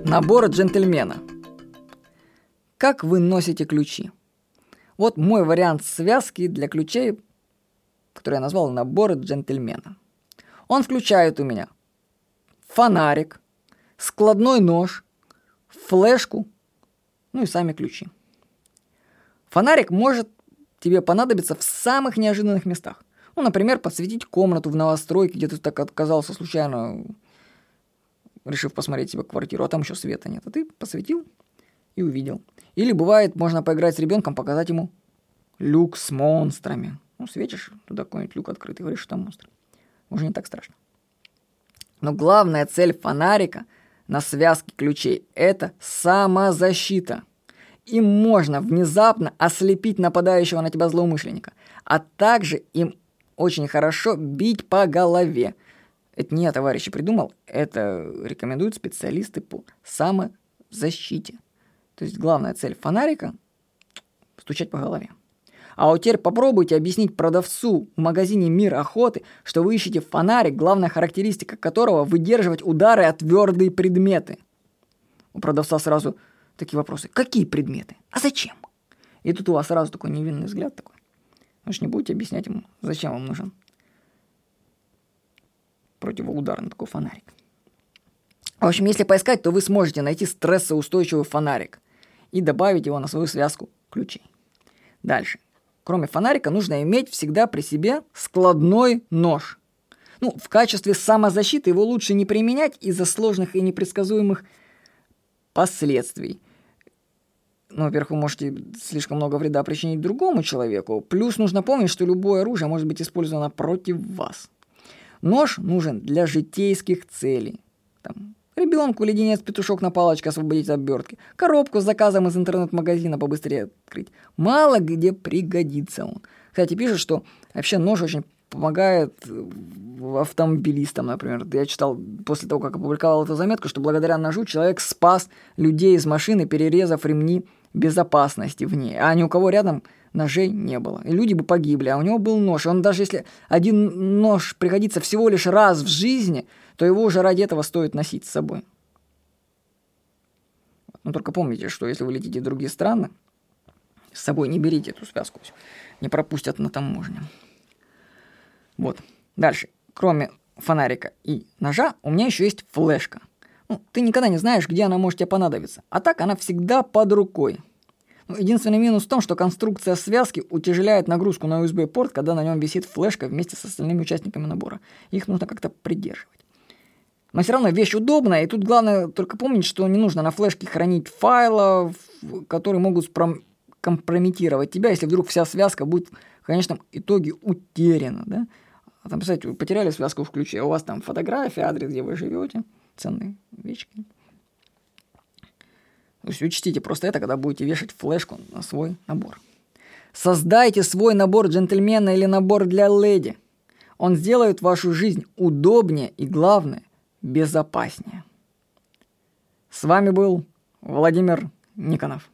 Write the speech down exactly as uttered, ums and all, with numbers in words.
Набор джентльмена. Как вы носите ключи? Вот мой вариант связки для ключей, который я назвал набор джентльмена. Он включает у меня фонарик, складной нож, флешку, ну и сами ключи. Фонарик может тебе понадобиться в самых неожиданных местах. Ну, например, подсветить комнату в новостройке, где ты так оказался случайно, решив посмотреть себе квартиру, а там еще света нет. А ты посветил и увидел. Или бывает, можно поиграть с ребенком, показать ему люк с монстрами. Ну, светишь, туда какой-нибудь люк открытый, говоришь, что там монстр. Уже не так страшно. Но главная цель фонарика на связке ключей – это самозащита. Им можно внезапно ослепить нападающего на тебя злоумышленника, а также им очень хорошо бить по голове. Это не я, товарищи, придумал, это рекомендуют специалисты по самозащите. То есть главная цель фонарика – стучать по голове. А вот теперь попробуйте объяснить продавцу в магазине «Мир охоты», что вы ищете фонарик, главная характеристика которого – выдерживать удары о твердые предметы. У продавца сразу такие вопросы. Какие предметы? А зачем? И тут у вас сразу такой невинный взгляд такой. Вы же не будете объяснять ему, зачем вам нужен противоударный такой фонарик. В общем, если поискать, то вы сможете найти стрессоустойчивый фонарик и добавить его на свою связку ключей. Дальше. Кроме фонарика нужно иметь всегда при себе складной нож. Ну, в качестве самозащиты его лучше не применять из-за сложных и непредсказуемых последствий. Ну, во-первых, вы можете слишком много вреда причинить другому человеку. Плюс нужно помнить, что любое оружие может быть использовано против вас. Нож нужен для житейских целей. Там, ребенку леденец-петушок на палочке освободить от обертки. Коробку с заказом из интернет-магазина побыстрее открыть. Мало где пригодится он. Кстати, пишут, что вообще нож очень помогает автомобилистам, например. Я читал после того, как опубликовал эту заметку, что благодаря ножу человек спас людей из машины, перерезав ремни безопасности в ней. А ни у кого рядом ножей не было. И люди бы погибли, а у него был нож. И он даже если один нож пригодится всего лишь раз в жизни, то его уже ради этого стоит носить с собой. Но только помните, что если вы летите в другие страны, с собой не берите эту связку. Не пропустят на таможне. Вот. Дальше. Кроме фонарика и ножа, у меня еще есть флешка. Ну, ты никогда не знаешь, где она может тебе понадобиться. А так она всегда под рукой. Ну, единственный минус в том, что конструкция связки утяжеляет нагрузку на ю эс би-порт, когда на нем висит флешка вместе с остальными участниками набора. Их нужно как-то придерживать. Но все равно вещь удобная, и тут главное только помнить, что не нужно на флешке хранить файлы, которые могут компрометировать тебя, если вдруг вся связка будет в конечном итоге утеряна, да? А там, представляете, вы потеряли связку в ключе, а у вас там фотография, адрес, где вы живете, ценные вещи. То есть учтите просто это, когда будете вешать флешку на свой набор. Создайте свой набор джентльмена или набор для леди. Он сделает вашу жизнь удобнее и, главное, безопаснее. С вами был Владимир Никонов.